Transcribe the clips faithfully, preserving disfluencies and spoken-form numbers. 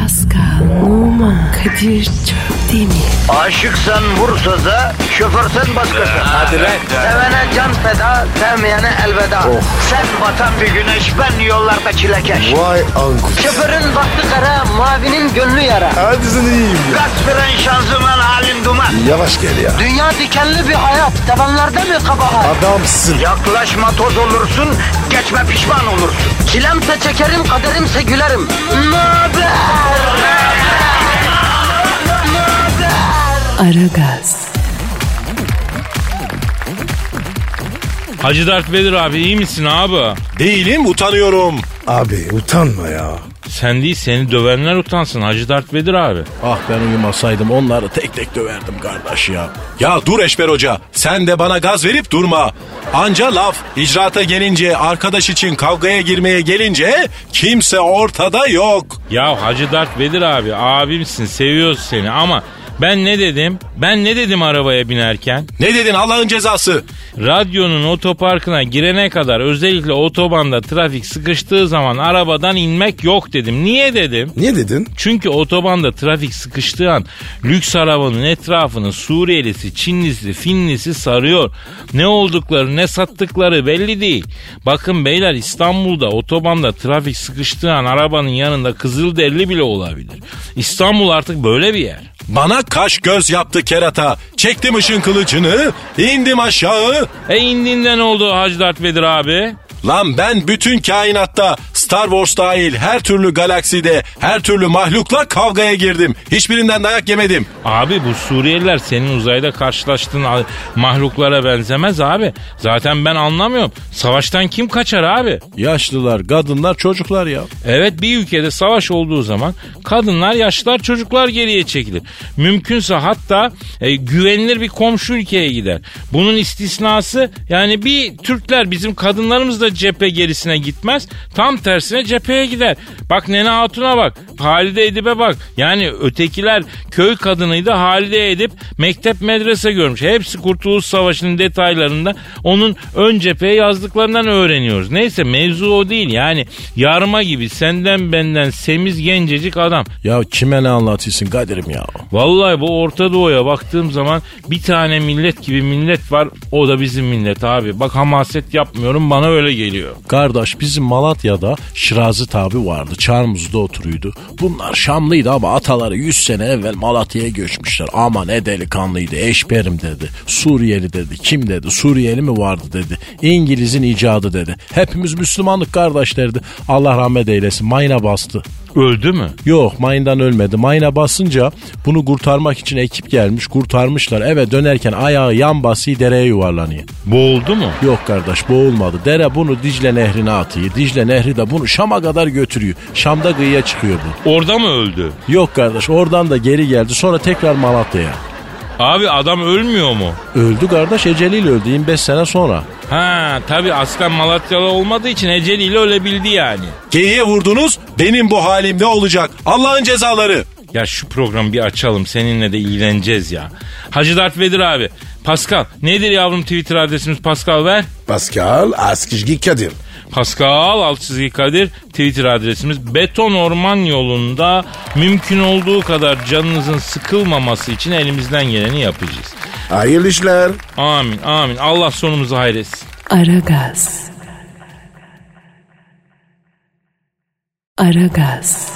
Pascal, Oman, Kadir çok değil mi? Aşıksan vursa da, şoförsen başkasın. Hadi lan. Sevene can feda, sevmeyene elveda. Oh. Sen batan bir güneş, ben yollarda çilekeş. Vay anku. Şoförün baktı kara, mavinin gönlü yara. Hadi sen iyiyim ya. Kasperen şanzıman halin duman. Yavaş gel ya. Dünya dikenli bir hayat, sevenlerde mi kabahar? Adamsın. Yaklaşma toz olursun, geçme pişman olursun. Çilemse çekerim, kaderimse gülerim. Möber! Aragaz. Hacı Dert Vedir abi, iyi misin abi? Değilim, utanıyorum. Abi utanma ya. Sen değil, seni dövenler utansın Hacı Dert Vedir abi. Ah ben uyumasaydım onları tek tek döverdim kardeş ya. Ya dur Eşber Hoca, sen de bana gaz verip durma. Anca laf icraata gelince, arkadaş için kavgaya girmeye gelince kimse ortada yok. Ya Hacı Dert Vedir abi, abimsin, seviyoruz seni ama ben ne dedim? Ben ne dedim arabaya binerken? Ne dedin Allah'ın cezası? Radyonun otoparkına girene kadar, özellikle otobanda trafik sıkıştığı zaman arabadan inmek yok dedim. Niye dedim? Niye dedin? Çünkü otobanda trafik sıkıştığı an lüks arabanın etrafını Suriyelisi, Çinlisi, Finlisi sarıyor. Ne oldukları, ne sattıkları belli değil. Bakın beyler, İstanbul'da otobanda trafik sıkıştığı an arabanın yanında Kızılderili bile olabilir. İstanbul artık böyle bir yer. Bana kaş göz yaptı kerata. Çektim ışın kılıcını, indim aşağı. E indiğinde ne oldu Hacı Dert Vedir abi? Lan ben bütün kainatta, Star Wars dahil her türlü galakside, her türlü mahlukla kavgaya girdim. Hiçbirinden dayak yemedim. Abi bu Suriyeliler senin uzayda karşılaştığın mahluklara benzemez abi. Zaten ben anlamıyorum. Savaştan kim kaçar abi? Yaşlılar, kadınlar, çocuklar ya. Evet, bir ülkede savaş olduğu zaman kadınlar, yaşlılar, çocuklar geriye çekilir. Mümkünse hatta e, güvenilir bir komşu ülkeye gider. Bunun istisnası yani bir Türkler, bizim kadınlarımız da cephe gerisine gitmez. Tam tersine cepheye gider. Bak Nene Hatun'a bak. Halide Edip'e bak. Yani ötekiler köy kadınıydı. Halide Edip mektep medrese görmüş. Hepsi Kurtuluş Savaşı'nın detaylarında onun ön cepheye yazdıklarından öğreniyoruz. Neyse, mevzu o değil. Yani yarma gibi senden benden semiz gencecik adam. Ya kime ne anlatıyorsun Kadir'im ya? Vallahi bu Orta Doğu'ya baktığım zaman bir tane millet gibi millet var. O da bizim millet abi. Bak hamaset yapmıyorum, bana öyle geliyor. Kardeş bizim Malatya'da Şirazi tabi vardı. Çarmuz'da oturuyordu. Bunlar Şamlıydı ama ataları yüz sene evvel Malatya'ya göçmüşler. Ama ne delikanlıydı. Eşberim dedi. Suriyeli dedi. Kim dedi? Suriyeli mi vardı dedi. İngiliz'in icadı dedi. Hepimiz Müslümanlık kardeş derdi. Allah rahmet eylesin. Mayına bastı. Öldü mü? Yok, mayından ölmedi. Mayına basınca bunu kurtarmak için ekip gelmiş. Kurtarmışlar. Eve dönerken ayağı yan basıyı dereye yuvarlanıyor. Boğuldu mu? Yok kardeş, boğulmadı. Dere bunu Dicle Nehri'ne atıyor. Dicle Nehri de bunu Şam'a kadar götürüyor. Şam'da kıyıya çıkıyor bu. Orada mı öldü? Yok kardeş, oradan da geri geldi. Sonra tekrar Malatya'ya. Abi adam ölmüyor mu? Öldü kardeş, eceliyle öldü yirmi beş sene sonra. Ha tabii, aslen Malatyalı olmadığı için eceliyle ölebildi yani. Geyiğe vurdunuz, benim bu halim ne olacak? Allah'ın cezaları. Ya şu programı bir açalım, seninle de ilgileneceğiz ya. Hacı Dert Vedir abi. Pascal nedir yavrum Twitter adresimiz, Pascal ver. Pascal Askizgi Kadir. Pascal Altçizgi Kadir Twitter adresimiz. Beton orman yolunda mümkün olduğu kadar canınızın sıkılmaması için elimizden geleni yapacağız. Hayırlı işler. Amin amin. Allah sonumuzu hayretsin. Aragaz. Aragaz.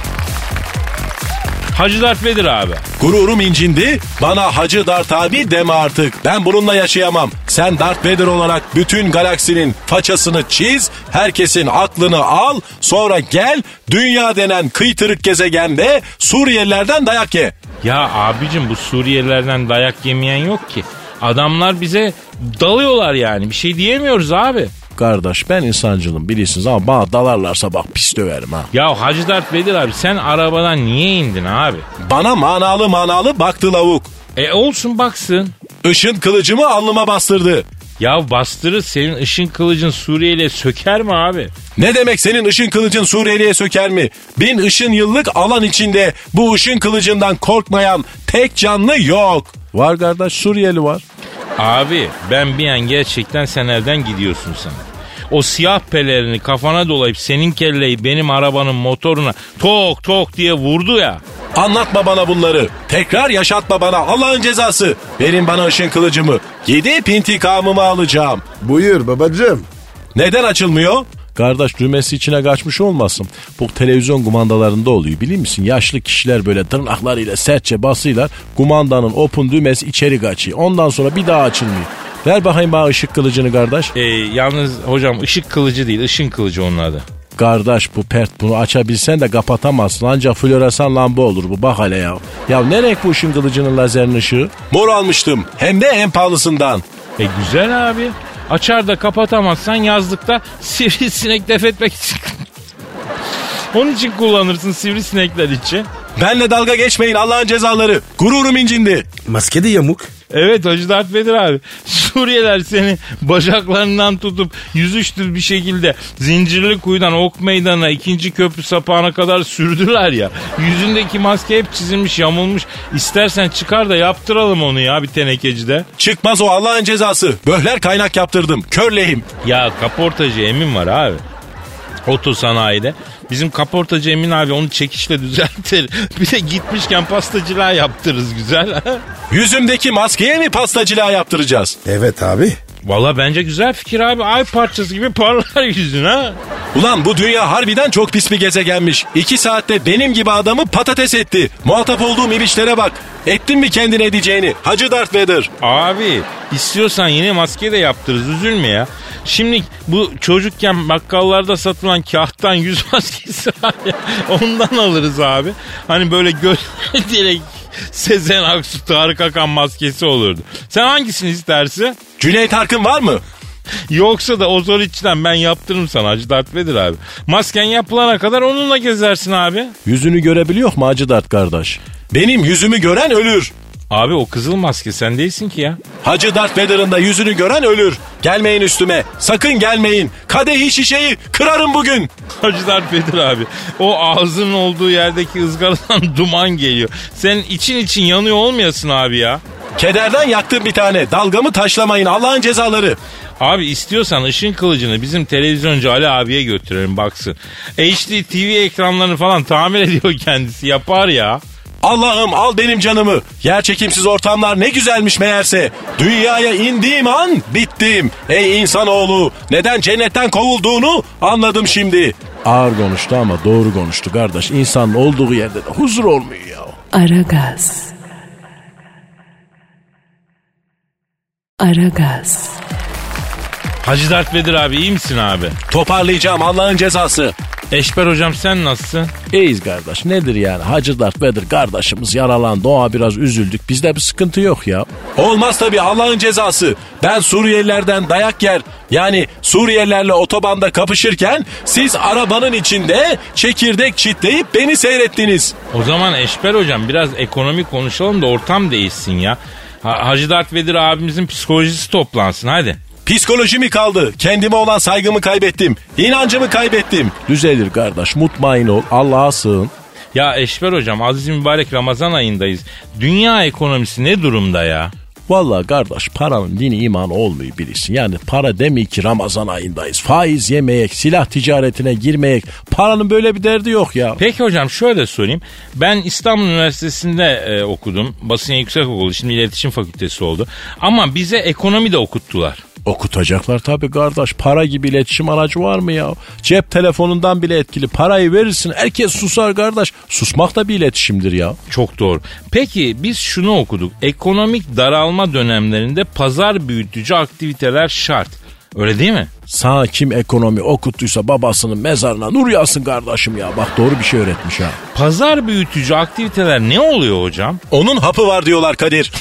Hacı Dert Vedir abi. Gururum incindi, bana Hacı Dert abi deme artık. Ben bununla yaşayamam. Sen Dert Vedir olarak bütün galaksinin façasını çiz, herkesin aklını al, sonra gel dünya denen kıytırık gezegende Suriyelilerden dayak ye. Ya abicim, bu Suriyelilerden dayak yemeyen yok ki. Adamlar bize dalıyorlar yani, bir şey diyemiyoruz abi. Kardeş ben insancılım bilirsiniz ama bana dalarlarsa bak pis döverim ha. Ya Hacı Dert Vedir abi, sen arabadan niye indin abi? Bana manalı manalı baktı lavuk. E olsun baksın. Işın kılıcımı alnıma bastırdı. Ya bastırır, senin ışın kılıcın Suriyeli'ye söker mi abi? Ne demek senin ışın kılıcın Suriyeli'ye söker mi? Bin ışın yıllık alan içinde bu ışın kılıcından korkmayan tek canlı yok. Var kardeş, Suriyeli var. Abi ben bir an gerçekten sen elden gidiyorsun sana. o siyah pelerini kafana dolayıp senin kelleyi benim arabanın motoruna tok tok diye vurdu ya. Anlatma bana bunları. Tekrar yaşatma bana Allah'ın cezası. Verin bana ışın kılıcımı. Gidip intikamımı alacağım. Buyur babacığım. Neden açılmıyor? Kardeş düğmesi içine kaçmış olmasın. Bu televizyon kumandalarında oluyor biliyor musun? Yaşlı kişiler böyle tırnaklarıyla sertçe basıyorlar. Kumandanın open düğmesi içeri kaçıyor. Ondan sonra bir daha açılmıyor. Ver bakayım bana ışık kılıcını kardeş. Ee, yalnız hocam ışık kılıcı değil, ışın kılıcı onun adı. Kardeş bu pert, bunu açabilsen de kapatamazsın. Ancak floresan lamba olur bu, bak hele ya. Ya ne renk bu ışın kılıcının lazerin ışığı? Mor almıştım, hem de en pahalısından. E güzel abi. Açar da kapatamazsan yazlıkta sivrisinek def etmek için. Onun için kullanırsın, sivrisinekler için. Benle dalga geçmeyin Allah'ın cezaları. Gururum incindi. Maskede yamuk. Evet Hacı Dert Vedir abi. Suriyeliler seni bacaklarından tutup yüzüştür bir şekilde Zincirli Kuyu'dan Ok Meydanı'na, ikinci köprü sapağına kadar sürdüler ya. Yüzündeki maske hep çizilmiş, yamulmuş. İstersen çıkar da yaptıralım onu ya bir tenekecide. Çıkmaz o Allah'ın cezası. Böhler kaynak yaptırdım. Körleyim. Ya kaportacı Emin var abi. Oto sanayide. Bizim kaportacı Emin abi onu çekişle düzeltir. Bir de gitmişken pastacılığa yaptırırız güzel. Yüzümdeki maskeye mi pastacılığa yaptıracağız? Evet abi. Valla bence güzel fikir abi. Ay parçası gibi parlar yüzün ha. Ulan bu dünya harbiden çok pis bir gezegenmiş. İki saatte benim gibi adamı patates etti. Muhatap olduğum ibişlere bak. Ettin mi kendine edeceğini Hacı Darth Vader? Abi istiyorsan yine maske de yaptırırız, üzülme ya. Şimdi bu çocukken bakkallarda satılan kağıttan yüz maskesi var ya, ondan alırız abi. Hani böyle göz direkt Sezen Aksu, Tarık Akan maskesi olurdu. Sen hangisini istersin? Cüneyt Arkın var mı? Yoksa da o zor içten ben yaptırırım sana Hacı Dert Vedir abi. Masken yapılana kadar onunla gezersin abi. Yüzünü görebiliyor mu Hacı Dert kardeş? Benim yüzümü gören ölür. Abi o kızıl maske sen değilsin ki ya. Hacı Darth Vader'ın da yüzünü gören ölür. Gelmeyin üstüme. Sakın gelmeyin. Kadehi şişeyi kırarım bugün. Hacı Dert Vedir abi. O ağzının olduğu yerdeki ızgaradan duman geliyor. Senin için için yanıyor olmayasın abi ya. Kederden yaktım bir tane. Dalgamı taşlamayın Allah'ın cezaları. Abi istiyorsan ışın kılıcını bizim televizyoncu Ali abiye götürelim baksın. H D T V ekranlarını falan tamir ediyor kendisi, yapar ya. Allah'ım al benim canımı. Yerçekimsiz ortamlar ne güzelmiş meğerse. Dünyaya indiğim an bittim. Ey insanoğlu, neden cennetten kovulduğunu anladım şimdi. Ağır konuştu ama doğru konuştu kardeş. İnsanın olduğu yerde de huzur olmuyor ya. Aragaz. Aragaz. Hacı Dert Vedir abi, iyi misin abi? Toparlayacağım Allah'ın cezası. Eşber hocam sen nasılsın? İyiyiz kardeş, nedir yani? Hacı Dert Vedir kardeşimiz yaralandı, ona biraz üzüldük. Bizde bir sıkıntı yok ya. Olmaz tabii, Allah'ın cezası. Ben Suriyelilerden dayak yer, yani Suriyelilerle otobanda kapışırken siz arabanın içinde çekirdek çitleyip beni seyrettiniz. O zaman Eşber hocam biraz ekonomi konuşalım da ortam değişsin ya. Ha, Hacı Dert Vedir abimizin psikolojisi toplansın hadi. Psikoloji mi kaldı? Kendime olan saygımı kaybettim. İnancımı kaybettim. Düzelir kardeş, mutmain ol, Allah'a sığın. Ya Eşber hocam, aziz mübarek Ramazan ayındayız. Dünya ekonomisi ne durumda ya? Vallahi kardeş, paranın dini imanı olmuyor bilirsin. Yani para demiyor ki Ramazan ayındayız. Faiz yemeyek, silah ticaretine girmeyek. Paranın böyle bir derdi yok ya. Peki hocam şöyle sorayım. Ben İstanbul Üniversitesi'nde e, okudum. Basın Yüksekokulu, şimdi iletişim fakültesi oldu. Ama bize ekonomi de okuttular. Okutacaklar tabii kardeş. Para gibi iletişim aracı var mı ya? Cep telefonundan bile etkili. Parayı verirsin, herkes susar kardeş. Susmak da bir iletişimdir ya. Çok doğru. Peki biz şunu okuduk. Ekonomik daralma dönemlerinde pazar büyütücü aktiviteler şart. Öyle değil mi? Sana kim ekonomi okuttuysa babasının mezarına nur yazsın kardeşim ya. Bak doğru bir şey öğretmiş ha. Pazar büyütücü aktiviteler ne oluyor hocam? Onun hapı var diyorlar Kadir.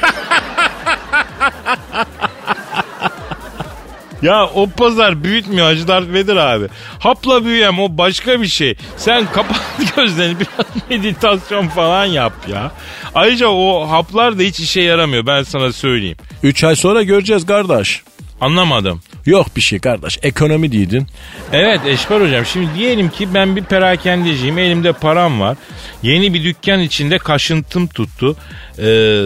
Ya o pazar büyütmüyor Hacı Dert Vedir abi. Hapla büyüyen o başka bir şey. Sen kapat gözlerini, biraz meditasyon falan yap ya. Ayrıca o haplar da hiç işe yaramıyor, ben sana söyleyeyim. Üç ay sonra göreceğiz kardeş. Anlamadım. Yok bir şey kardeş, ekonomi diydin. Evet Eşber hocam, şimdi diyelim ki ben bir perakendeciyim, elimde param var. Yeni bir dükkan içinde kaşıntım tuttu. Ee,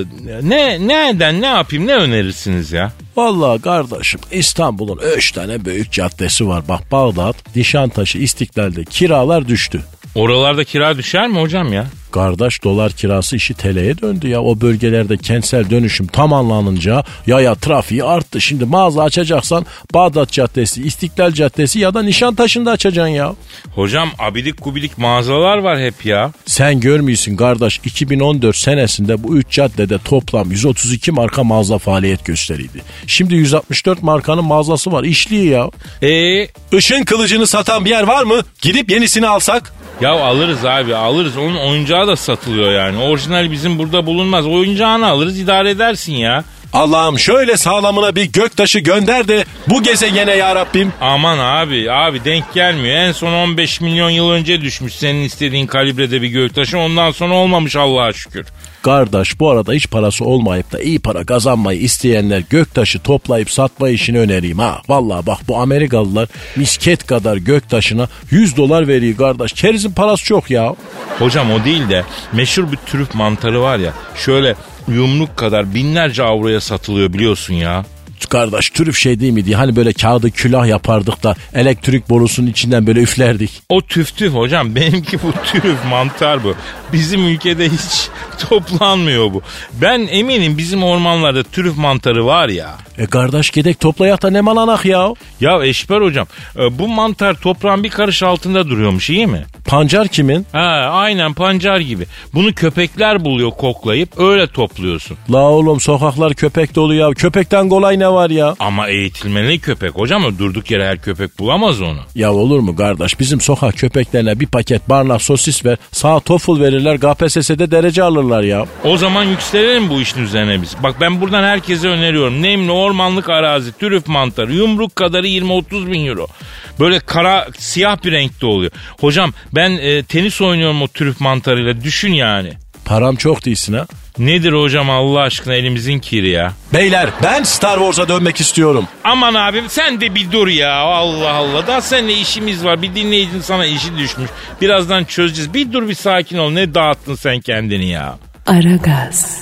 ne nereden ne yapayım, ne önerirsiniz ya? Vallahi kardeşim, İstanbul'un üç tane büyük caddesi var. Bak, Bağdat, Nişantaşı, İstiklal'de kiralar düştü. Oralarda kira düşer mi hocam ya? Kardeş, dolar kirası işi T L'ye döndü ya. O bölgelerde kentsel dönüşüm tamamlanınca yaya trafiği arttı. Şimdi mağaza açacaksan Bağdat Caddesi, İstiklal Caddesi ya da Nişantaşı'nda açacaksın ya. Hocam abidik gubidik mağazalar var hep ya. Sen görmüyorsun kardeş, iki bin on dört senesinde bu üç caddede toplam yüz otuz iki marka mağaza faaliyet gösteriydi. Şimdi yüz altmış dört markanın mağazası var, işliyor ya. Eee? Işın kılıcını satan bir yer var mı? Gidip yenisini alsak? Ya alırız abi, alırız. Onun oyuncağı da satılıyor yani. Orijinal bizim burada bulunmaz. Oyuncağını alırız, idare edersin ya. Allah'ım şöyle sağlamına bir göktaşı gönder de bu gezegene ya Rabbim. Aman abi, abi denk gelmiyor. En son on beş milyon yıl önce düşmüş senin istediğin kalibrede bir göktaşı. Ondan sonra olmamış Allah'a şükür. Kardeş, bu arada hiç parası olmayıp da iyi para kazanmayı isteyenler göktaşı toplayıp satma işini önereyim ha. Vallahi bak, bu Amerikalılar misket kadar göktaşına yüz dolar veriyor kardeş. Kerizin parası çok ya. Hocam o değil de meşhur bir trüf mantarı var ya. Şöyle yumruk kadar binlerce avroya satılıyor, biliyorsun ya. Kardeş, trüf şey değil miydi? Hani böyle kağıdı külah yapardık da elektrik borusunun içinden böyle üflerdik. O tüf tüf hocam, benimki bu trüf mantar bu. Bizim ülkede hiç toplanmıyor bu. Ben eminim bizim ormanlarda trüf mantarı var ya. E kardeş, gidek toplayak da ne malanak ya. Ya Eşber hocam, bu mantar toprağın bir karış altında duruyormuş, iyi mi? Pancar kimin? Ha, aynen pancar gibi. Bunu köpekler buluyor koklayıp, öyle topluyorsun. La oğlum, sokaklar köpek dolu ya. Köpekten kolay ne var ya? Ama eğitilmeli köpek hocam, durduk yere her köpek bulamaz onu. Ya olur mu kardeş, bizim sokak köpeklerine bir paket barnak sosis ver, sağ TOEFL verirler, K P S S'de derece alırlar ya. O zaman yükselelim bu işin üzerine biz. Bak ben buradan herkese öneriyorum. Nemli ormanlık arazi, trüf mantarı, yumruk kadarı yirmi otuz bin euro. Böyle kara siyah bir renkte oluyor. Hocam ben e, tenis oynuyorum o trüf mantarıyla, düşün yani. Param çok değilsin ha. Nedir hocam Allah aşkına, elimizin kiri ya. Beyler, ben Star Wars'a dönmek istiyorum. Aman abim sen de bir dur ya, Allah Allah. Daha seninle işimiz var, bir dinleyicinin sana işi düşmüş. Birazdan çözeceğiz, bir dur, bir sakin ol. Ne dağıttın sen kendini ya. Aragaz.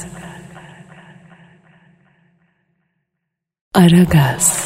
Aragaz.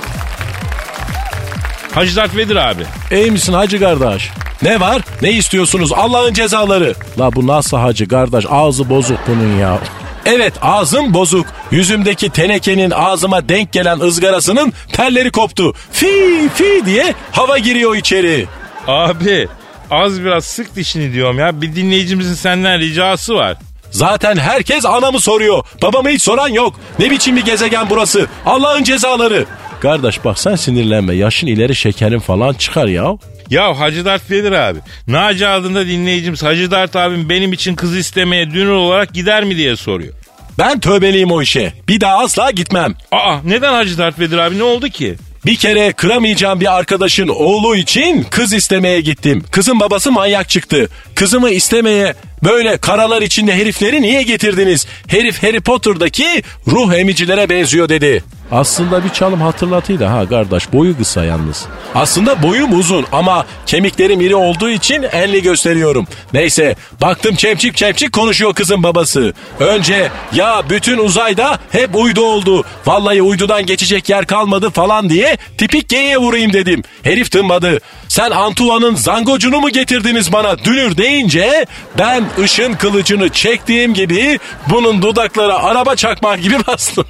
Hacı Dert Vedir abi. İyi misin hacı kardeş? Ne var? Ne istiyorsunuz? Allah'ın cezaları. La bu nasıl hacı kardeş? Ağzı bozuk bunun ya. Evet, ağzım bozuk. Yüzümdeki tenekenin ağzıma denk gelen ızgarasının telleri koptu. Fi fi diye hava giriyor içeri. Abi az biraz sık dişini diyorum ya. Bir dinleyicimizin senden ricası var. Zaten herkes anamı soruyor. Babamı hiç soran yok. Ne biçim bir gezegen burası? Allah'ın cezaları. Kardeş bak, sen sinirlenme. Yaşın ileri, şekerin falan çıkar ya. Ya Hacı Dert Vedir abi, Naci adında dinleyicimiz Hacı Dert abim benim için kız istemeye dünür olarak gider mi diye soruyor. Ben tövbeliyim o işe. Bir daha asla gitmem. Aa, neden Hacı Dert Vedir abi, ne oldu ki? Bir kere kıramayacağım bir arkadaşın oğlu için kız istemeye gittim. Kızın babası manyak çıktı. Kızımı istemeye böyle karalar içinde herifleri niye getirdiniz? Herif Harry Potter'daki ruh emicilere benziyor dedi. Aslında bir çalım hatırlatıydı ha kardeş, boyu kısa yalnız. Aslında boyum uzun ama kemiklerim iri olduğu için enli gösteriyorum. Neyse, baktım çemçik çemçik konuşuyor kızın babası. Önce ya bütün uzayda hep uydu oldu, vallahi uydudan geçecek yer kalmadı falan diye tipik geyiğe vurayım dedim. Herif tınmadı. Sen Antuva'nın zangocunu mu getirdiniz bana dünür deyince ben ışın kılıcını çektiğim gibi bunun dudaklara araba çakmak gibi bastım.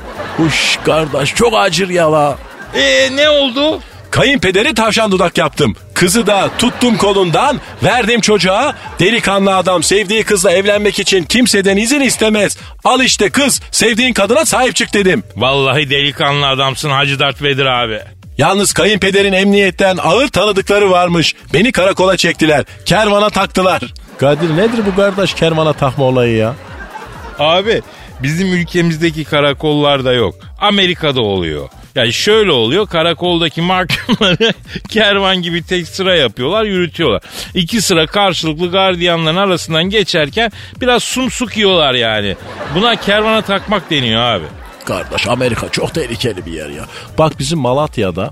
Uş kardeş, çok acır ya la. Eee ne oldu? Kayınpederi tavşan dudak yaptım. Kızı da tuttum kolundan, verdim çocuğa. Delikanlı adam sevdiği kızla evlenmek için kimseden izin istemez. Al işte kız, sevdiğin kadına sahip çık dedim. Vallahi delikanlı adamsın Hacı Dert Vedir abi. Yalnız kayınpederin emniyetten ağır tanıdıkları varmış. Beni karakola çektiler, kervana taktılar. Kadir, nedir bu kardeş kervana takma olayı ya? Abi bizim ülkemizdeki karakollarda yok. Amerika'da oluyor. Yani şöyle oluyor, karakoldaki mahkumları kervan gibi tek sıra yapıyorlar, yürütüyorlar. İki sıra karşılıklı gardiyanların arasından geçerken biraz sumsuk yiyorlar yani. Buna kervana takmak deniyor abi. Kardeş, Amerika çok tehlikeli bir yer ya. Bak bizim Malatya'da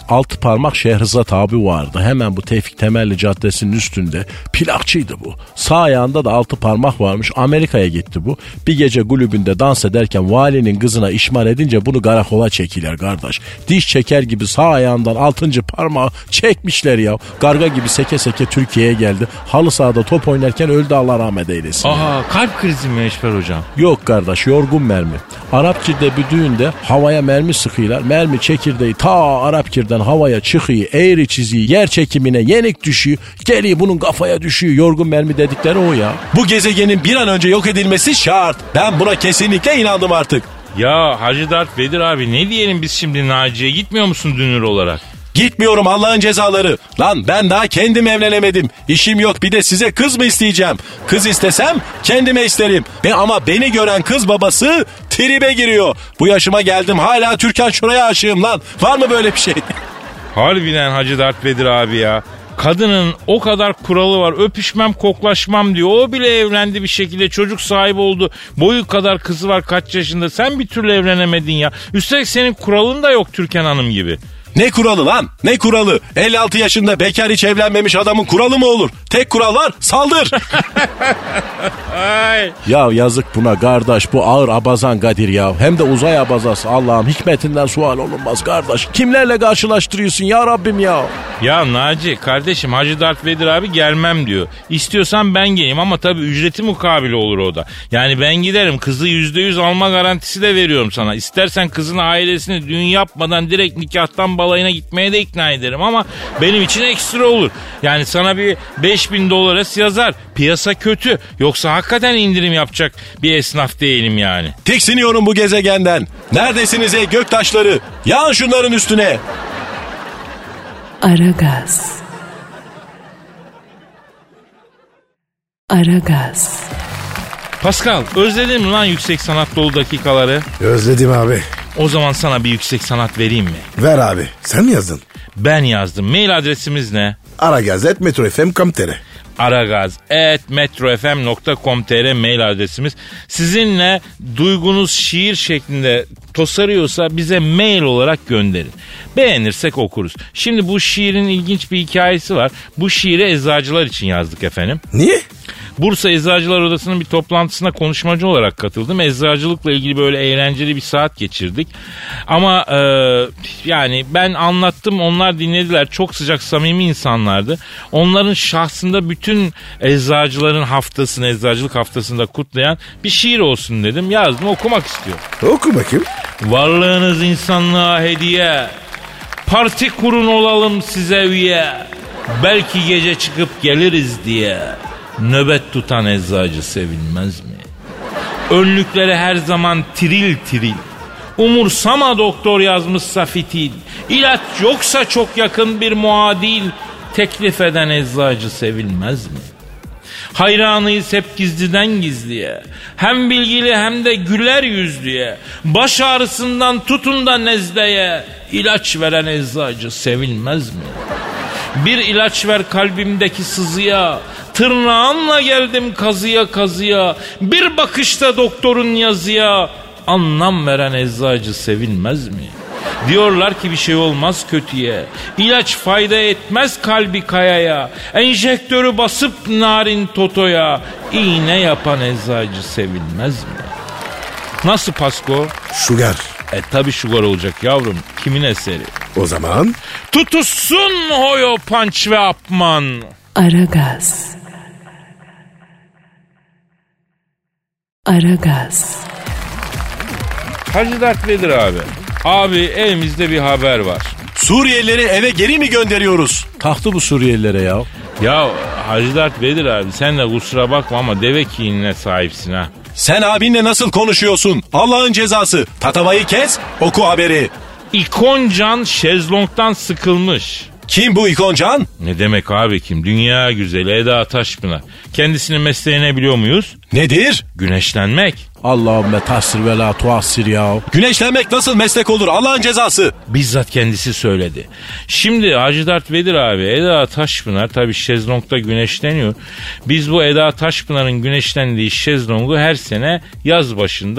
altı parmak Şehrizat abi vardı. Hemen bu Tevfik Temelli Caddesi'nin üstünde. Plakçıydı bu. Sağ ayağında da altı parmak varmış. Amerika'ya gitti bu. Bir gece kulübünde dans ederken valinin kızına işmar edince bunu karakola çekiler kardeş. Diş çeker gibi sağ ayağından altıncı parmağı çekmişler ya. Garga gibi seke seke Türkiye'ye geldi. Halı sahada top oynarken öldü, Allah rahmet eylesin. Aa, kalp krizi mi Eşber hocam? Yok kardeş, yorgun mermi. Arapkir'de bir düğünde havaya mermi sıkıyorlar. Mermi çekirdeği ta Arapkir'den havaya çıkıyor. Eğri çiziyor. Yer çekimine yenik düşüyor. Geliyor bunun kafaya düşüyor. Yorgun mermi dedikleri o ya. Bu gezegenin bir an önce yok edilmesi şart. Ben buna kesinlikle inandım artık. Ya Hacı Dert Vedir abi, ne diyelim biz şimdi Naciye? Gitmiyor musun dünür olarak? Gitmiyorum, Allah'ın cezaları. Lan ben daha kendim evlenemedim. İşim yok, bir de size kız mı isteyeceğim? Kız istesem kendime isterim. Be ama beni gören kız babası tribe giriyor. Bu yaşıma geldim hala Türkan Şoray'a aşığım lan. Var mı böyle bir şey? Harbiden Hacı Dert Vedir abi ya. Kadının o kadar kuralı var, öpüşmem koklaşmam diyor. O bile evlendi bir şekilde, çocuk sahibi oldu. Boyu kadar kızı var, kaç yaşında. Sen bir türlü evlenemedin ya. Üstelik senin kuralın da yok Türkan Hanım gibi. Ne kuralı lan? Ne kuralı? elli altı yaşında bekar, hiç evlenmemiş adamın kuralı mı olur? Tek kural var, saldır. Ay. Ya yazık buna kardeş, bu ağır abazan Kadir ya. Hem de uzay abazası. Allah'ım, hikmetinden sual olunmaz kardeş. Kimlerle karşılaştırıyorsun ya Rabbim ya? Ya Naci kardeşim, Hacı Dert Vedir abi gelmem diyor. İstiyorsan ben geleyim ama tabii ücreti mukabili olur o da. Yani ben giderim, kızı yüzde yüz alma garantisi de veriyorum sana. İstersen kızın ailesini düğün yapmadan direkt nikahtan balayına gitmeye de ikna ederim ama benim için ekstra olur. Yani sana bir beş bin dolara yazar. Piyasa kötü. Yoksa hakikaten indirim yapacak bir esnaf değilim yani. Tiksiniyorum bu gezegenden. Neredesiniz ey göktaşları? Yağın şunların üstüne. Aragaz. Aragaz. Pascal, özledin mi lan yüksek sanat dolu dakikaları? Özledim abi. O zaman sana bir yüksek sanat vereyim mi? Ver abi. Sen mi yazdın? Ben yazdım. Mail adresimiz ne? Aragaz et metro f m nokta com nokta t r aragaz et metro f m nokta com nokta t r mail adresimiz. Sizinle duygunuz şiir şeklinde tosarıyorsa bize mail olarak gönderin. Beğenirsek okuruz. Şimdi bu şiirin ilginç bir hikayesi var. Bu şiiri eczacılar için yazdık efendim. Niye? Bursa Eczacılar Odası'nın bir toplantısına konuşmacı olarak katıldım. Eczacılıkla ilgili böyle eğlenceli bir saat geçirdik. Ama e, yani ben anlattım, onlar dinlediler. Çok sıcak, samimi insanlardı. Onların şahsında bütün eczacıların haftasını, eczacılık haftasında kutlayan bir şiir olsun dedim. Yazdım, okumak istiyorum. Oku bakayım. Varlığınız insanlığa hediye. Parti kurun olalım size üye. Belki gece çıkıp geliriz diye. Nöbet tutan eczacı sevilmez mi? Önlükleri her zaman tiril tiril. Umursama doktor yazmışsa fitil. İlaç yoksa çok yakın bir muadil. Teklif eden eczacı sevilmez mi? Hayranıyız hep gizliden gizliye. Hem bilgili hem de güler yüzlüye. Baş ağrısından tutun da nezleye. İlaç veren eczacı sevilmez mi? Bir ilaç ver kalbimdeki sızıya. Tırnağımla geldim kazıya kazıya. Bir bakışta doktorun yazıya. Anlam veren eczacı sevilmez mi? Diyorlar ki bir şey olmaz kötüye. İlaç fayda etmez kalbi kayaya. Enjektörü basıp narin totoya. İğne yapan eczacı sevilmez mi? Nasıl Pasko? Sugar. E tabi sugar olacak yavrum. Kimin eseri? O zaman tutuşsun hoyo panç ve apman. Aragaz. Aragaz. Hacı Dert Vedir abi. Abi elimizde bir haber var. Suriyelileri eve geri mi gönderiyoruz? Taktı bu Suriyelilere ya. Ya Hacı Dert Vedir abi, sen de kusura bakma ama deve kinine sahipsin ha. Sen abinle nasıl konuşuyorsun? Allah'ın cezası. Tatavayı kes, oku haberi. İkoncan şezlongdan sıkılmış. Kim bu İkoncan? Ne demek abi kim? Dünya güzeli Eda Taşpınar. Kendisinin mesleğini biliyor muyuz? Nedir? Güneşlenmek. Allahümme tahsir ve la tuassir ya. Güneşlenmek nasıl meslek olur? Allah'ın cezası. Bizzat kendisi söyledi. Şimdi Hacı Dert Vedir abi, Eda Taşpınar tabii şezlongda güneşleniyor. Biz bu Eda Taşpınar'ın güneşlendiği şezlongu her sene yaz başında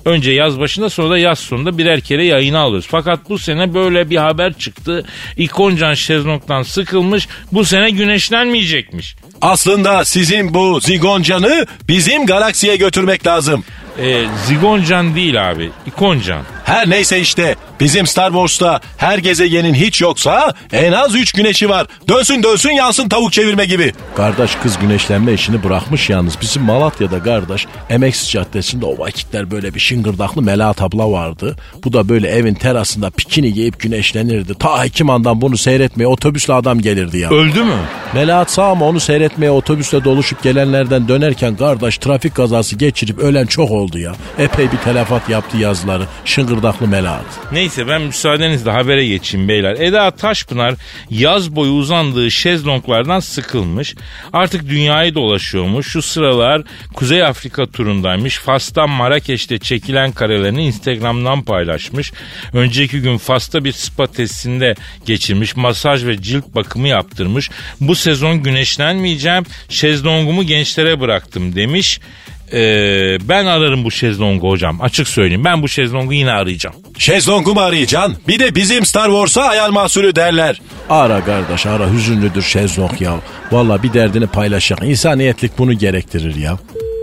Önce yaz başında sonra da yaz sonunda birer kere yayına alıyoruz. Fakat bu sene böyle bir haber çıktı. İkoncan şezlongdan sıkılmış, bu sene güneşlenmeyecekmiş. Aslında sizin bu zigoncanı bizim galaksiye götürmek lazım. Ee, zigoncan değil abi, ikoncan. Her neyse işte bizim Star Wars'ta her gezegenin hiç yoksa en az üç güneşi var. Dönsün dönsün yansın tavuk çevirme gibi. Kardeş kız güneşlenme işini bırakmış yalnız. Bizim Malatya'da kardeş M X Caddesi'nde o vakitler böyle bir şıngırdaklı Melahat abla vardı. Bu da böyle evin terasında pikini giyip güneşlenirdi. Ta Hekiman'dan bunu seyretmeye otobüsle adam gelirdi ya. Öldü mü? Melahat sağ ama onu seyretmeye otobüsle doluşup gelenlerden dönerken kardeş trafik kazası geçirip ölen çok oldu ya. Epey bir telafat yaptı yazıları. Şıngırdaklı Melahat. Neyse ben müsaadenizle habere geçeyim beyler. Eda Taşpınar yaz boyu uzandığı şezlonglardan sıkılmış. Artık dünyayı dolaşıyormuş. Şu sıralar Kuzey Afrika turundaymış. Fas'tan Marrakeş'te çekilen karelerini Instagram'dan paylaşmış. Önceki gün Fas'ta bir spa testinde geçirmiş. Masaj ve cilt bakımı yaptırmış. Bu sezon güneşlenmeyeceğim. Şezlongumu gençlere bıraktım demiş. Ee, ben ararım bu şezlongu hocam. Açık söyleyeyim, ben bu şezlongu yine arayacağım. Şezlongu mu arayacaksın? Bir de bizim Star Wars'a hayal mahsulü derler. Ara kardeş ara, hüzünlüdür şezlong ya. Valla bir derdini paylaşacak. İnsaniyetlik bunu gerektirir ya.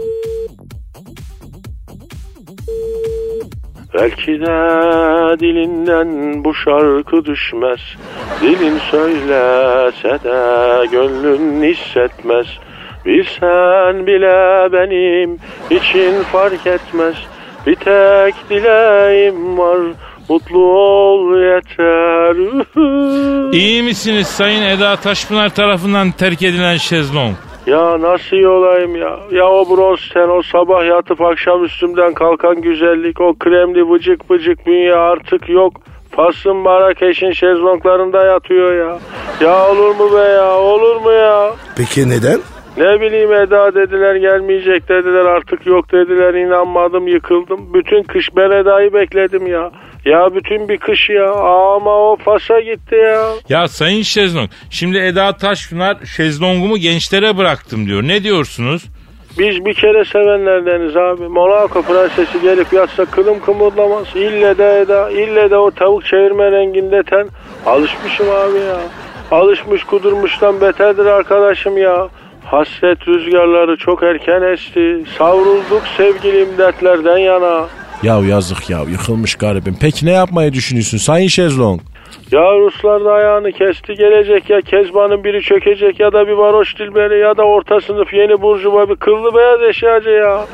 Belki de dilinden bu şarkı düşmez. Dilin söylese de gönlün hissetmez. Bilsen bile benim için fark etmez. Bir tek dileğim var, mutlu ol yeter. İyi misiniz Sayın Eda Taşpınar tarafından terk edilen şezlong? Ya nasıl iyi olayım ya? Ya o bronz ten, o sabah yatıp akşam üstümden kalkan güzellik, o kremli vıcık vıcık bünye artık yok. Fas'ın Marrakeş'in şezlonglarında yatıyor ya. Ya olur mu be ya, olur mu ya? Peki neden? Ne bileyim Eda dediler, gelmeyecek dediler, artık yok dediler, inanmadım, yıkıldım. Bütün kış ben Eda'yı bekledim ya. Ya bütün bir kış ya, ama o Fas'a gitti ya. Ya Sayın Şezlong, şimdi Eda Taşpınar şezlongumu gençlere bıraktım diyor. Ne diyorsunuz? Biz bir kere sevenlerdeniz abi. Monaco prensesi gelip yatsa kılım kımıldamaz. İlle de Eda, ille de o tavuk çevirme renginde ten. Alışmışım abi ya. Alışmış kudurmuştan beterdir arkadaşım ya. Hasret rüzgarları çok erken esti. Savrulduk sevgilim dertlerden yana. Ya yazık ya, yıkılmış garibim. Peki ne yapmayı düşünüyorsun Sayın Şezlong? Ya Ruslar da ayağını kesti, gelecek ya Kezban'ın biri çökecek ya da bir varoş dilberi ya da orta sınıf yeni burjuva bir kıllı beyaz eşyacı ya.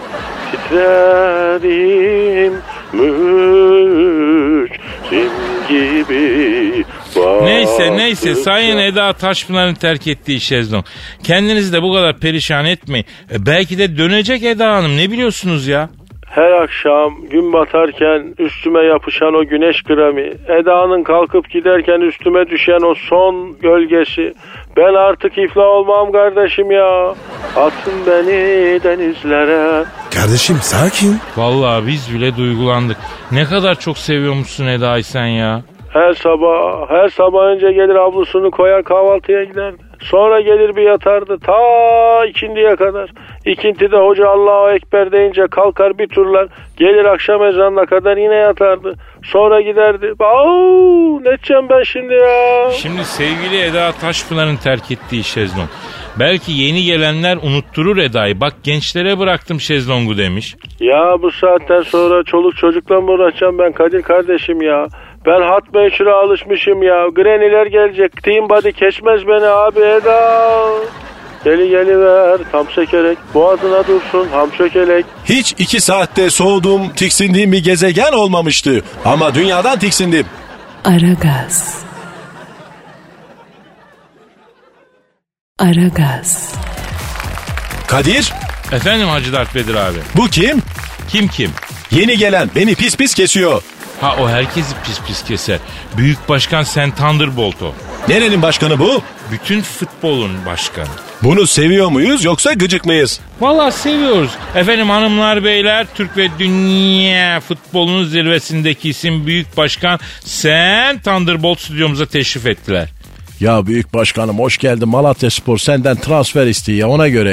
Titrerim mücrim gibi. Neyse neyse Sayın Eda Taşpınar'ın terk ettiği şezlong. Kendinizi de bu kadar perişan etmeyin. E, belki de dönecek Eda Hanım, ne biliyorsunuz ya? Her akşam gün batarken üstüme yapışan o güneş kremi, Eda'nın kalkıp giderken üstüme düşen o son gölgesi. Ben artık iflah olmam kardeşim ya. Atın beni denizlere. Kardeşim sakin. Vallahi biz bile duygulandık. Ne kadar çok seviyormuşsun Eda'yı sen ya. Her sabah, her sabah önce gelir avlusunu koyar kahvaltıya giderdi. Sonra gelir bir yatardı ta ikindiye kadar. İkintide hoca Allahu Ekber deyince kalkar bir turlar. Gelir akşam ezanına kadar yine yatardı. Sonra giderdi. Au, ne edeceğim ben şimdi ya? Şimdi sevgili Eda Taşpınar'ın terk ettiği şezlong. Belki yeni gelenler unutturur Eda'yı. Bak gençlere bıraktım şezlongu demiş. Ya bu saatten sonra çoluk çocukla mı uğraşacağım ben Kadir kardeşim ya? Ben hat meşhura alışmışım ya. Greniler gelecek. Team body geçmez beni abi Eda. Geli geliver tam sekerek. Boğazına dursun ham çökelek. Hiç iki saatte soğuduğum, tiksindiğim bir gezegen olmamıştı. Ama dünyadan tiksindim. Aragaz. Aragaz. Kadir, Efendim Hacı Dert Vedir abi. bu kim? Kim kim? Yeni gelen, beni pis pis kesiyor. Ha o herkesi pis pis keser. Büyük başkan Sen Thunderbolt o. Nerenin başkanı bu? Bütün futbolun başkanı. Bunu seviyor muyuz yoksa gıcık mıyız? Vallahi seviyoruz. Efendim hanımlar beyler, Türk ve dünya futbolunun zirvesindeki isim Büyük Başkan Sen Thunderbolt stüdyomuza teşrif ettiler. Ya büyük başkanım hoş geldin, Malatyaspor senden transfer istiyor ya, ona göre ya.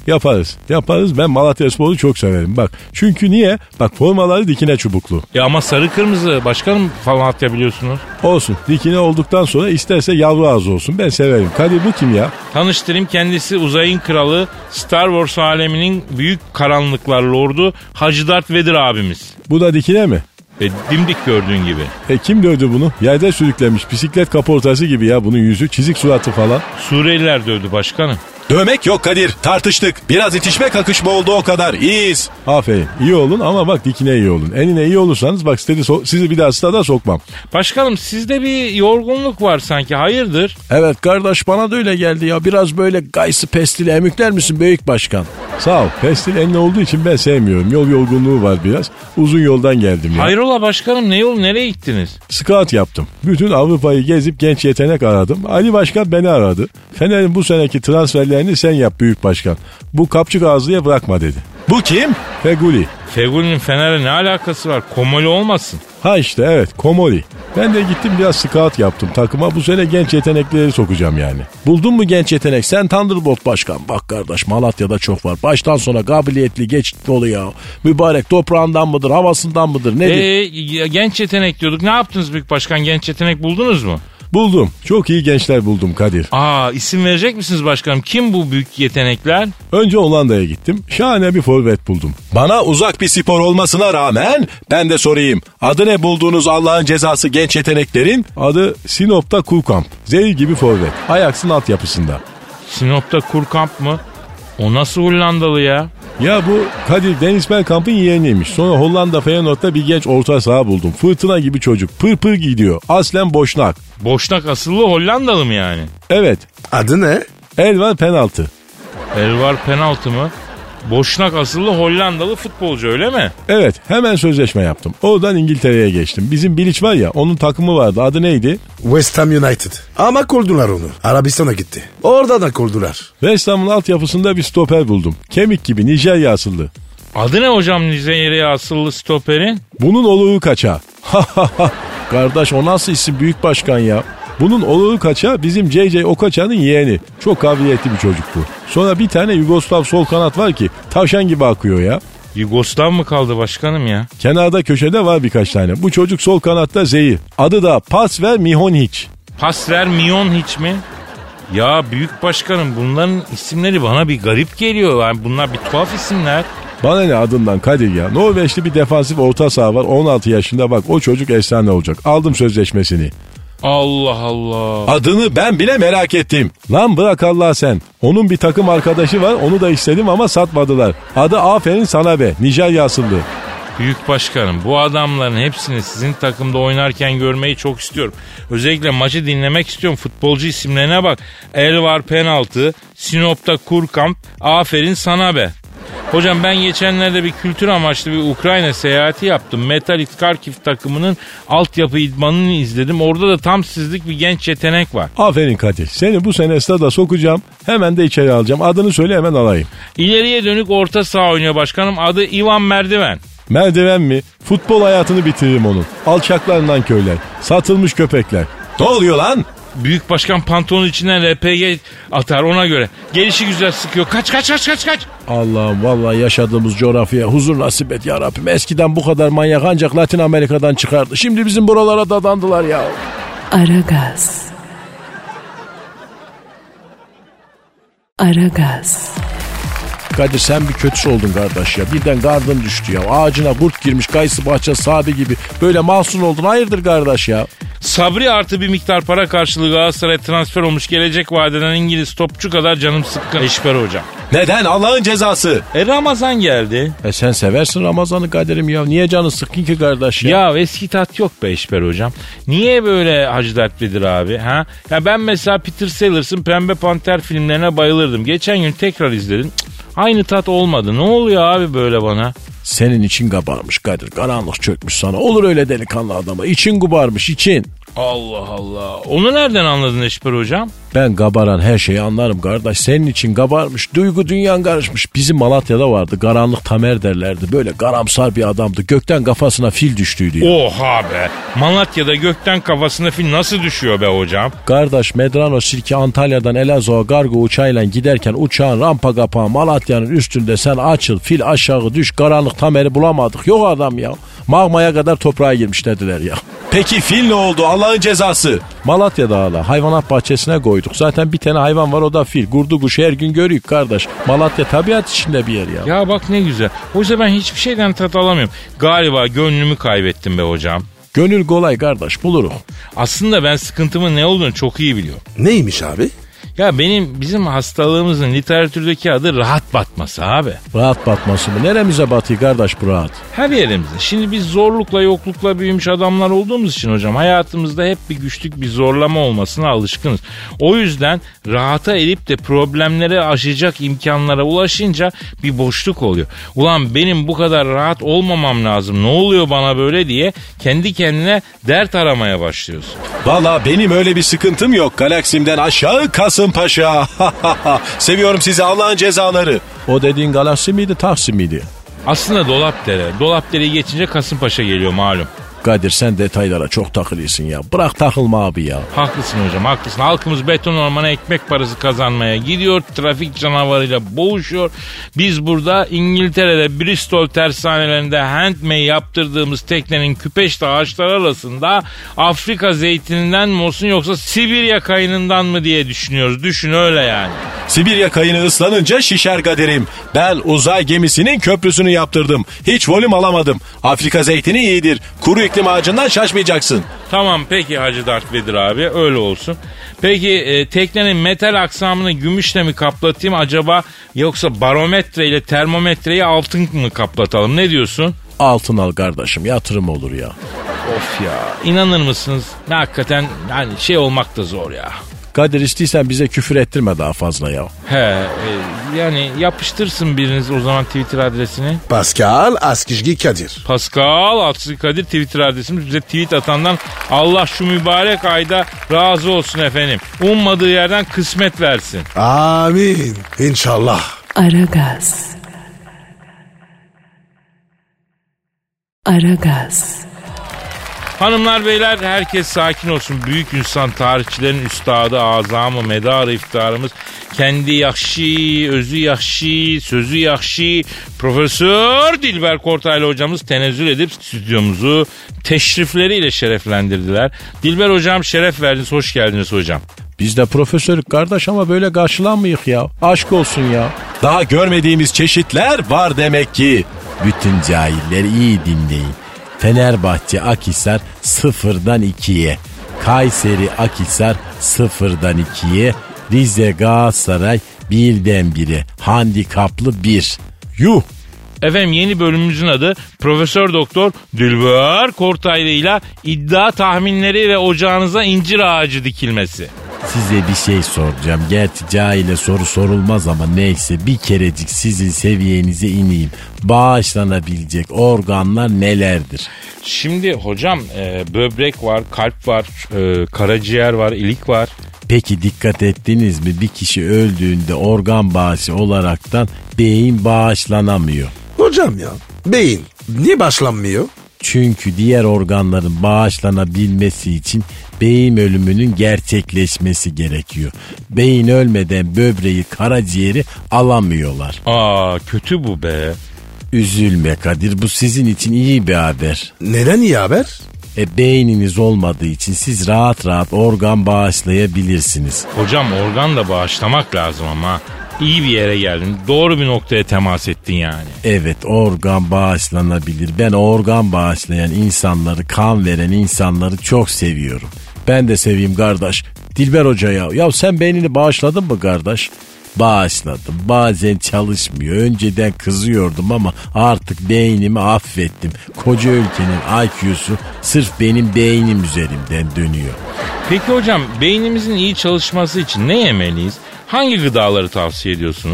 Yaparız. Yaparız. Ben Malatyaspor'u çok severim. Bak. Çünkü niye? Bak formaları dikine çubuklu. Ya ama sarı kırmızı başkanım Malatya biliyorsunuz. Olsun. Dikine olduktan sonra isterse yavru ağzı olsun. Ben severim. Kadir bu kim ya? Tanıştırayım, kendisi uzayın kralı, Star Wars aleminin büyük karanlıklar lordu Hacı Darth Vader abimiz. Bu da dikine mi? E, dimdik gördüğün gibi. E kim dövdü bunu? Yerde sürüklemiş. Bisiklet kaportası gibi ya bunun yüzü. Çizik suratı falan. Suriyeliler dövdü başkanım. Dövmek yok Kadir. Tartıştık. Biraz itişme kakışma oldu o kadar. İyiyiz. Aferin. İyi olun ama bak dikine iyi olun. Enine iyi olursanız bak sizi, so- sizi bir daha stada sokmam. Başkanım sizde bir yorgunluk var sanki, hayırdır? Evet kardeş, bana da öyle geldi ya. Biraz böyle gaysı pestili emükler misin büyük başkan? Sağ ol. Pestil enine olduğu için ben sevmiyorum. Yol yorgunluğu var biraz. Uzun yoldan geldim ya. Hayrola başkanım, ne yol, nereye gittiniz? Scout yaptım. Bütün Avrupa'yı gezip genç yetenek aradım. Ali Başkan beni aradı. Fener'in bu seneki transferlerini sen yap büyük başkan. Bu kapçık ağızlıya bırakma dedi. Bu kim? Feguli. Fegüli'nin Fener'e ne alakası var? Komoli olmasın? Ha işte evet, Komoli. Ben de gittim biraz scout yaptım takıma. Bu sene genç yetenekleri sokacağım yani. Buldun mu genç yetenek? Sen Thunderbolt başkan. Bak kardeş, Malatya'da çok var. Baştan sona kabiliyetli, geçit dolu ya. Mübarek toprağından mıdır, havasından mıdır, nedir? Eee genç yetenek diyorduk. Ne yaptınız büyük başkan? Genç yetenek buldunuz mu? Buldum. Çok iyi gençler buldum Kadir. Aa, isim verecek misiniz başkanım? Kim bu büyük yetenekler? Önce Hollanda'ya gittim. Şahane bir forvet buldum. Bana uzak bir spor olmasına rağmen ben de sorayım. Adı ne bulduğunuz Allah'ın cezası genç yeteneklerin? Adı Sinop'ta Kurkamp. Zehir gibi forvet. Ajax'ın altyapısında. Sinop'ta Kurkamp mı? O nasıl Hollandalı ya? Ya bu Kadir Deniz Bergkamp'ın yeğeniymiş. Sonra Hollanda Feyenoord'da bir genç orta saha buldum. Fırtına gibi çocuk. Pır pır gidiyor. Aslen Boşnak. Boşnak asıllı Hollandalı mı yani? Evet. Adı ne? Elvan penaltı. Elvar penaltı mı? Boşnak asıllı Hollandalı futbolcu, öyle mi? Evet, hemen sözleşme yaptım. Oradan İngiltere'ye geçtim. Bizim Bilic var ya, onun takımı vardı. Adı neydi? West Ham United. Ama kovdular onu. Arabistan'a gitti. Orada da kovdular. West Ham'ın altyapısında bir stoper buldum. Kemik gibi, Nijerya asıllı. Adı ne hocam Nijerya asıllı stoperin? Bunun oluğu kaça. Kardeş, o nasıl isim büyük başkan ya? Bunun oluğu kaça bizim C C Okoça'nın yeğeni. Çok kabiliyetli bir çocuk bu. Sonra bir tane Yugoslav sol kanat var ki tavşan gibi akıyor ya. Yugoslav mı kaldı başkanım ya? Kenarda köşede var birkaç tane. Bu çocuk sol kanatta zehir. Adı da Pasver Mihonic. Pasver Mihonic mi? Ya büyük başkanım, bunların isimleri bana bir garip geliyor. Yani bunlar bir tuhaf isimler. Bana ne adından Kadir ya. Norveçli bir defansif orta saha var. on altı yaşında, bak o çocuk efsane olacak. Aldım sözleşmesini. Allah Allah. Adını ben bile merak ettim. Lan bırak Allah sen. Onun bir takım arkadaşı var, onu da istedim ama satmadılar. Adı aferin sana be, Nijerya asıllı. Büyük başkanım, bu adamların hepsini sizin takımda oynarken görmeyi çok istiyorum. Özellikle maçı dinlemek istiyorum. Futbolcu isimlerine bak. Elvar penaltı, Sinop'ta Kurkamp, aferin sana be. Hocam ben geçenlerde bir kültür amaçlı bir Ukrayna seyahati yaptım. Metalik Kharkiv takımının altyapı idmanını izledim. Orada da tam sizlik bir genç yetenek var. Aferin Kadir. Seni bu sene stada sokacağım. Hemen de içeri alacağım. Adını söyle, hemen alayım. İleriye dönük orta saha oynuyor başkanım. Adı Ivan Merdiven. Merdiven mi? Futbol hayatını bitiririm onun. Alçaklarından köyler. Satılmış köpekler. Ne oluyor lan? Büyük başkan pantolonun içinden R P G atar, ona göre. Gelişi güzel sıkıyor. Kaç kaç kaç kaç kaç. Allah'ım, vallahi yaşadığımız coğrafyaya huzur nasip et ya Rabbim. Eskiden bu kadar manyak ancak Latin Amerika'dan çıkardı. Şimdi bizim buralara dadandılar ya. Aragaz. Aragaz. Kadir, sen bir kötüsü oldun kardeş ya. Birden gardın düştü ya. Ağacına kurt girmiş, kayısı bahçe sahibi gibi. Böyle mahzun oldun. Hayırdır kardeş ya? Sabri artı bir miktar para karşılığı Galatasaray'a transfer olmuş, gelecek vadeden İngiliz topçu kadar canım sıkkın Eşber hocam. Neden? Allah'ın cezası. E Ramazan geldi. E sen seversin Ramazan'ı Kadir'im ya. Niye canı sıkkın ki kardeş ya? Ya eski tat yok be Eşber hocam. Niye böyle Hacı Dert Vedir abi? Ha? Ya ben mesela Peter Sellers'ın Pembe Panter filmlerine bayılırdım. Geçen gün tekrar izledim. Cık, aynı tat olmadı. Ne oluyor abi böyle bana? Senin için kabarmış Kadir. Karanlık çökmüş sana. Olur öyle delikanlı adama. İçin kabarmış için. Allah Allah. Onu nereden anladın Eşber hocam? Ben kabaran her şeyi anlarım kardeş. Senin için kabarmış. Duygu dünyan karışmış. Bizim Malatya'da vardı. Karanlık Tamer derlerdi. Böyle karamsar bir adamdı. Gökten kafasına fil düştüydü ya. Oha be. Malatya'da gökten kafasına fil nasıl düşüyor be hocam? Kardeş Medrano Sirke Antalya'dan Elazığ'a kargo uçağıyla giderken uçağın rampa kapağı Malatya'nın üstünde sen açıl fil aşağı düş karanlık Tamer'i bulamadık. Yok adam ya. Magmaya kadar toprağa girmiş dediler ya. Peki fil ne oldu Allah'ın cezası? Malatya'da hala hayvanat bahçesine koyduk. Zaten bir tane hayvan var o da fil. Kurdu kuşu her gün görüyoruz kardeş. Malatya tabiat içinde bir yer ya. Ya bak ne güzel. Oysa ben hiçbir şeyden tat alamıyorum. Galiba gönlümü kaybettim be hocam. Gönül kolay kardeş buluruz. Aslında ben sıkıntımın ne olduğunu çok iyi biliyorum. Neymiş abi? Ya benim bizim hastalığımızın literatürdeki adı rahat batması abi. Rahat batması mı? Neremize batıyor kardeş bu rahat? Her yerimize. Şimdi biz zorlukla yoklukla büyümüş adamlar olduğumuz için hocam hayatımızda hep bir güçlük bir zorlama olmasına alışkınız. O yüzden rahata erip de problemleri aşacak imkanlara ulaşınca bir boşluk oluyor. Ulan benim bu kadar rahat olmamam lazım ne oluyor bana böyle diye kendi kendine dert aramaya başlıyorsun. Valla benim öyle bir sıkıntım yok. Galaksimden aşağı Kasımpaşa. Seviyorum sizi Allah'ın cezaları. O dediğin Galaksi miydi Taksim miydi? Aslında Dolapdere. Dolapdere'yi geçince Kasımpaşa geliyor malum. Kadir sen detaylara çok takılıyorsun ya. Bırak takılma abi ya. Haklısın hocam haklısın. Halkımız beton ormana ekmek parası kazanmaya gidiyor. Trafik canavarıyla boğuşuyor. Biz burada İngiltere'de Bristol tersanelerinde handmade yaptırdığımız teknenin küpeşte ağaçlar arasında Afrika zeytininden mi olsun yoksa Sibirya kayınından mı diye düşünüyoruz. Düşün öyle yani. Sibirya kayını ıslanınca şişer Kadir'im. Ben uzay gemisinin köprüsünü yaptırdım. Hiç volüm alamadım. Afrika zeytini iyidir. Kuru iklim ağacından şaşmayacaksın. Tamam peki Hacı Dert Vedir abi öyle olsun. Peki e, teknenin metal aksamını gümüşle mi kaplatayım acaba yoksa barometre ile termometreyi altın mı kaplatalım ne diyorsun? Altın al kardeşim yatırım olur ya. Of ya inanır mısınız hakikaten yani şey olmak da zor ya. Kadir istiyorsan bize küfür ettirme daha fazla ya. He e, yani yapıştırsın biriniz o zaman Twitter adresini. Pascal Askizgi Kadir. Pascal Askizgi Kadir Twitter adresimiz. Bize tweet atandan Allah şu mübarek ayda razı olsun efendim. Ummadığı yerden kısmet versin. Amin. İnşallah. Aragaz. Aragaz. Hanımlar beyler herkes sakin olsun. Büyük insan tarihçilerin üstadı azamı medarı iftarımız. Kendi yakşı, özü yakşı, sözü yakşı. Profesör Dilber Kortaylı hocamız tenezzül edip stüdyomuzu teşrifleriyle şereflendirdiler. Dilber hocam şeref verdiniz. Hoş geldiniz hocam. Biz de profesörük kardeş ama böyle karşılanmayık ya. Aşk olsun ya. Daha görmediğimiz çeşitler var demek ki. Bütün cahiller iyi dinleyin. Fenerbahçe Akhisar sıfırdan ikiye. Kayseri Akhisar sıfırdan ikiye. Rize Galatasaray birden bire. Handikaplı bir. Yuh. Efendim yeni bölümümüzün adı Profesör Doktor Dilber Kortaylı ile iddia tahminleri ve ocağınıza incir ağacı dikilmesi. Size bir şey soracağım. Gerçi cahile soru sorulmaz ama neyse bir kerecik sizin seviyenize ineyim. Bağışlanabilecek organlar nelerdir? Şimdi hocam e, böbrek var, kalp var, e, karaciğer var, ilik var. Peki dikkat ettiniz mi? Bir kişi öldüğünde organ bağışı olaraktan beyin bağışlanamıyor. Hocam ya beyin niye başlanmıyor? Çünkü diğer organların bağışlanabilmesi için beyin ölümünün gerçekleşmesi gerekiyor. Beyin ölmeden böbreği, karaciğeri alamıyorlar. Aa kötü bu be. Üzülme Kadir, bu sizin için iyi bir haber. Neden iyi haber? E beyniniz olmadığı için siz rahat rahat organ bağışlayabilirsiniz. Hocam organ da bağışlamak lazım ama. İyi bir yere geldin. Doğru bir noktaya temas ettin yani. Evet, organ bağışlanabilir. Ben organ bağışlayan insanları, kan veren insanları çok seviyorum. Ben de seveyim kardeş. Dilber Hoca ya. Ya sen beynini bağışladın mı kardeş? Bağışladım. Bazen çalışmıyor. Önceden kızıyordum ama artık beynimi affettim. Koca ülkenin I Q'su sırf benim beynim üzerimden dönüyor. Peki hocam beynimizin iyi çalışması için ne yemeliyiz? Hangi gıdaları tavsiye ediyorsunuz?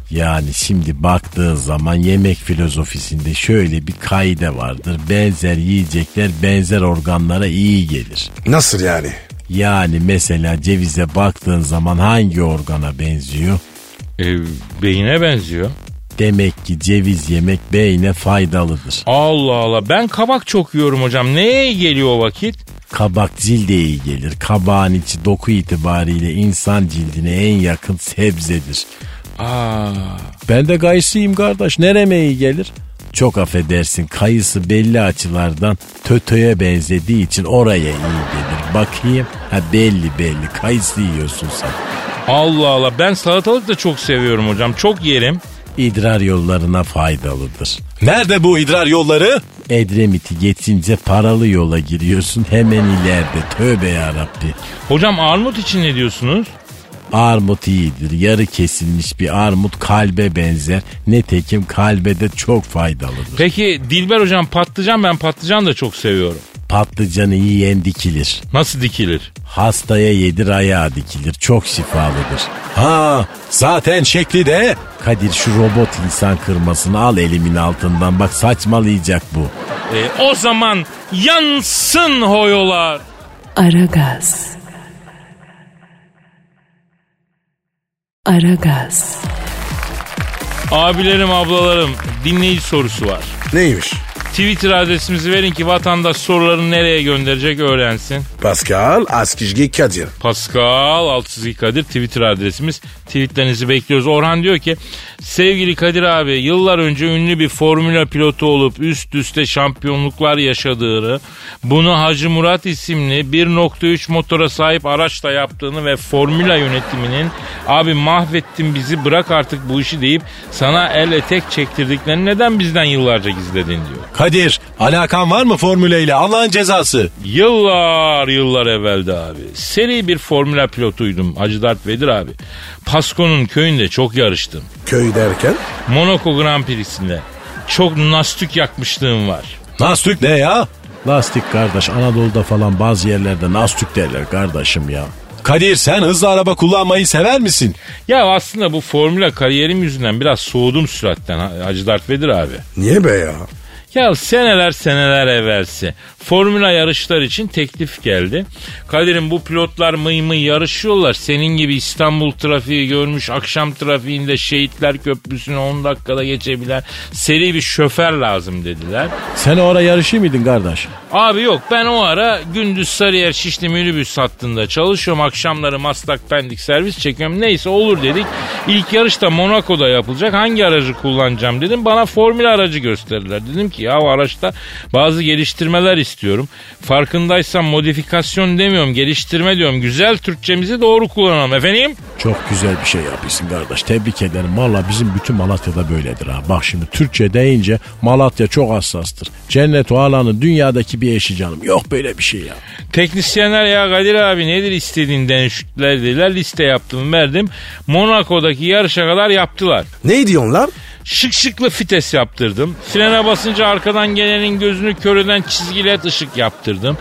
Yani şimdi baktığın zaman yemek filozofisinde şöyle bir kaide vardır. Benzer yiyecekler benzer organlara iyi gelir. Nasıl yani? Yani mesela cevize baktığın zaman hangi organa benziyor? E, beyine benziyor. Demek ki ceviz yemek beyne faydalıdır. Allah Allah, ben kabak çok yiyorum hocam. Neye geliyor o vakit? Kabak cilde iyi gelir. Kabağın içi doku itibariyle insan cildine en yakın sebzedir. Aa. Ben de kayısıyım kardeş. Nereme iyi gelir? Çok affedersin, kayısı belli açılardan tötöye benzediği için oraya iyi gelir. Bakayım. Ha belli belli. Kayısı yiyorsun sen. Allah Allah, ben salatalık da çok seviyorum hocam. Çok yerim. İdrar yollarına faydalıdır. Nerede bu idrar yolları? Edremit'i geçince paralı yola giriyorsun, hemen ileride. Tövbe yarabbi. Hocam armut için ne diyorsunuz? Armut iyidir. Yarı kesilmiş bir armut kalbe benzer. Netekim kalbe de çok faydalıdır. Peki Dilber hocam, patlıcan, ben patlıcan da çok seviyorum. Patlıcanı yiyen dikilir. Nasıl dikilir? Hastaya yedir ayağı dikilir. Çok şifalıdır. Ha, zaten şekli de. Kadir şu robot insan kırmasını al elimin altından. Bak saçmalayacak bu. E, o zaman yansın hoyolar. Aragaz. Aragaz. Abilerim, ablalarım, dinleyici sorusu var. Neymiş? Twitter adresimizi verin ki vatandaş sorularını nereye gönderecek öğrensin. Pascal Askizgi Kadir. Pascal Altçizgi Kadir Twitter adresimiz. Tweetlerinizi bekliyoruz. Orhan diyor ki, sevgili Kadir abi, yıllar önce ünlü bir formula pilotu olup üst üste şampiyonluklar yaşadığını, bunu Hacı Murat isimli bir nokta üç motora sahip araçla yaptığını ve formula yönetiminin abi mahvettin bizi, bırak artık bu işi deyip sana el etek çektirdiklerini neden bizden yıllarca gizledin diyor. Kadir, alakan var mı formüleyle? Allah'ın cezası. Yıllar yıllar evvelde abi, seri bir formula pilotuydum Hacı Dert Vedir abi. Pasko'nun köyünde çok yarıştım. Köy derken? Monaco Grand Prix'sinde çok nastük yakmışlığım var. Nastük ne ya? Lastik kardeş, Anadolu'da falan bazı yerlerde nastük derler kardeşim ya. Kadir, sen hızlı araba kullanmayı sever misin? Ya aslında bu formula kariyerim yüzünden biraz soğudum süratten Hacı Dert Vedir abi. Niye be ya? Ya seneler seneler evvelsi formula yarışlar için teklif geldi. Kadir'im, bu pilotlar mıy mıy yarışıyorlar. Senin gibi İstanbul trafiği görmüş, akşam trafiğinde Şehitler Köprüsü'nü on dakikada geçebilen seri bir şoför lazım dediler. Sen oraya yarışı mıydın kardeş? Abi yok, ben o ara gündüz Sarıyer Şişli minibüs hattında çalışıyorum. Akşamları Maslak Pendik servis çekiyorum. Neyse olur dedik. İlk yarış da Monaco'da yapılacak. Hangi aracı kullanacağım dedim. Bana formül aracı gösterdiler. Dedim ki ya o araçta bazı geliştirmeler istiyorum. Farkındaysan modifikasyon demiyorum, geliştirme diyorum. Güzel Türkçemizi doğru kullanalım efendim. Çok güzel bir şey yapıyorsun kardeş. Tebrik ederim. Valla bizim bütün Malatya'da böyledir ha. Bak şimdi Türkçe deyince Malatya çok hassastır. Cennet o alanın dünyadaki bir eşi canım. Yok böyle bir şey ya. Teknisyenler ya Kadir abi nedir istediğin değişiklikler dediler. Liste yaptım, verdim. Monaco'daki yarışa kadar yaptılar. Ne diyorsun lan? Şık şıklı fites yaptırdım. Frene basınca arkadan gelenin gözünü kör eden çizgili led ışık yaptırdım.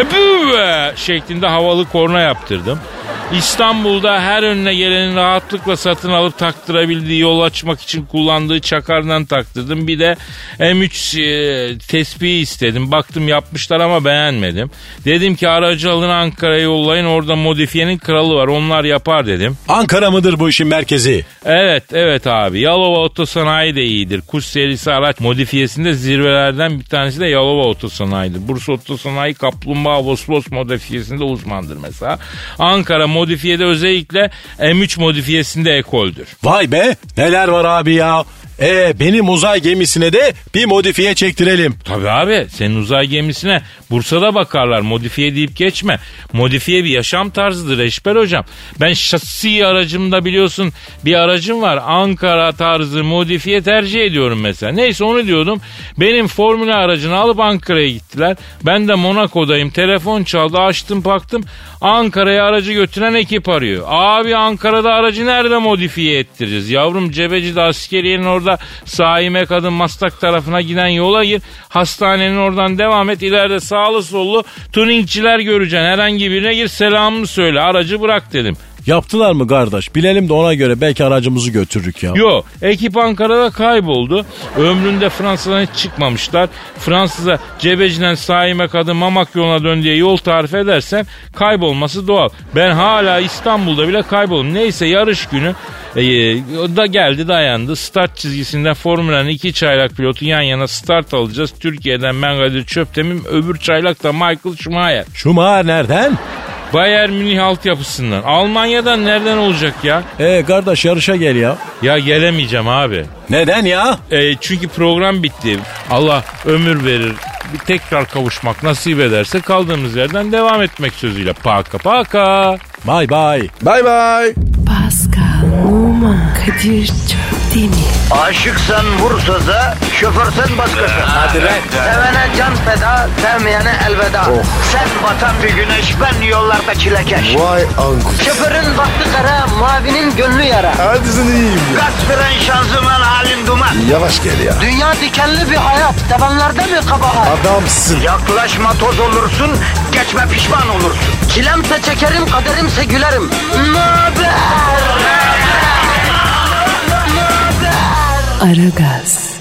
Büve şeklinde havalı korna yaptırdım. İstanbul'da her önüne gelenin rahatlıkla satın alıp taktırabildiği, yol açmak için kullandığı çakardan taktırdım. Bir de M üç e, tespihi istedim. Baktım yapmışlar ama beğenmedim. Dedim ki aracı alın Ankara'ya yollayın, orada modifiyenin kralı var, onlar yapar dedim. Ankara mıdır bu işin merkezi? Evet evet abi, Yalova Otosanayi de iyidir. Kuş serisi araç modifiyesinde zirvelerden bir tanesi de Yalova Otosanayi'dir. Bursa Otosanayi Kaplumbağa Vosvos modifiyesinde uzmandır mesela. Ankara modifiyede özellikle M üç modifiyesinde ekoldür. Vay be, neler var abi ya. Ee, benim uzay gemisine de bir modifiye çektirelim. Tabii abi, senin uzay gemisine Bursa'da bakarlar, modifiye deyip geçme. Modifiye bir yaşam tarzıdır Eşber hocam. Ben şasi aracımda biliyorsun bir aracım var, Ankara tarzı modifiye tercih ediyorum mesela. Neyse onu diyordum, benim formüle aracını alıp Ankara'ya gittiler. Ben de Monaco'dayım, telefon çaldı, açtım baktım Ankara'ya aracı götüren ekip arıyor. Abi Ankara'da aracı nerede modifiye ettireceğiz? Yavrum Cebeci'de askeriyenin orada Saime Kadın Maslak tarafına giden yola gir. Hastanenin oradan devam et. İleride sağlı sollu tuningçiler göreceksin. Herhangi birine gir, selamını söyle. Aracı bırak dedim. Yaptılar mı kardeş? Bilelim de ona göre belki aracımızı götürürük ya. Yo, ekip Ankara'da kayboldu. Ömründe Fransa'dan hiç çıkmamışlar. Fransız'a cebecilen Saime kadın Mamak yoluna dön diye yol tarif edersen kaybolması doğal. Ben hala İstanbul'da bile kayboldum. Neyse yarış günü e, da geldi dayandı. Start çizgisinden Formula'nın iki çaylak pilotu yan yana start alacağız. Türkiye'den ben Kadir Çöptemir, öbür çaylak da Michael Schumacher. Schumacher nereden? Bayern Münih altyapısından. Almanya'dan nereden olacak ya? Ee kardeş yarışa gel ya. Ya gelemeyeceğim abi. Neden ya? E, çünkü program bitti. Allah ömür verir. Bir tekrar kavuşmak nasip ederse kaldığımız yerden devam etmek sözüyle. Paka paka. Bye bye. Bye bye. Pascal, Oman, Kadir çok değil mi? Aşıksan vursa da, şoförsen başkasın. Hadi lan. Sevene can feda, sevmeyene elveda. Sen batan bir güneş, ben yollarda çilekeş. Vay anku. Şoförün baktı kara, mavinin gönlü yara. Hadi sen iyiyim ya. Kasperen şanzıman halin duman. Yavaş gel ya. Dünya dikenli bir hayat, sevenlerde mi kabahar? Adamsın. Yaklaşma toz olursun, geçme pişman olursun. Çilemse çekerim, kaderimse gülerim. Möber! Aragaz.